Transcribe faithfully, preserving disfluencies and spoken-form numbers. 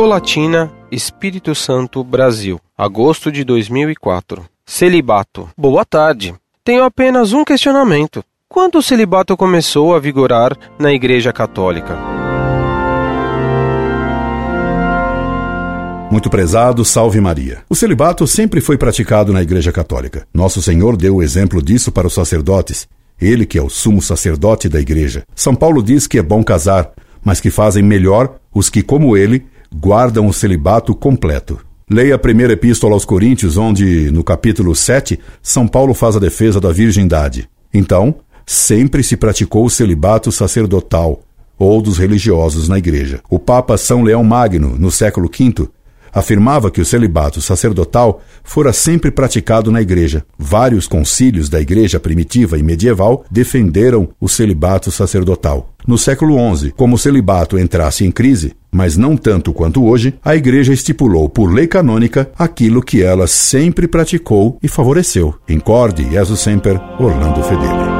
Colatina, Espírito Santo, Brasil, agosto de dois mil e quatro. Celibato. Boa tarde. Tenho apenas um questionamento. Quando o celibato começou a vigorar na Igreja Católica? Muito prezado, salve Maria. O celibato sempre foi praticado na Igreja Católica. Nosso Senhor deu o exemplo disso para os sacerdotes. Ele que é o sumo sacerdote da Igreja. São Paulo diz que é bom casar, mas que fazem melhor os que, como ele, guardam o celibato completo. Leia a primeira epístola aos Coríntios, onde, no capítulo sete, São Paulo faz a defesa da virgindade. Então, sempre se praticou o celibato sacerdotal, ou dos religiosos na Igreja. O Papa São Leão Magno, no século quinto, afirmava que o celibato sacerdotal fora sempre praticado na Igreja. Vários concílios da Igreja primitiva e medieval defenderam o celibato sacerdotal. No século onze, como o celibato entrasse em crise, mas não tanto quanto hoje, a Igreja estipulou por lei canônica aquilo que ela sempre praticou e favoreceu. Incorde, Jesus Semper, Orlando Fedeli.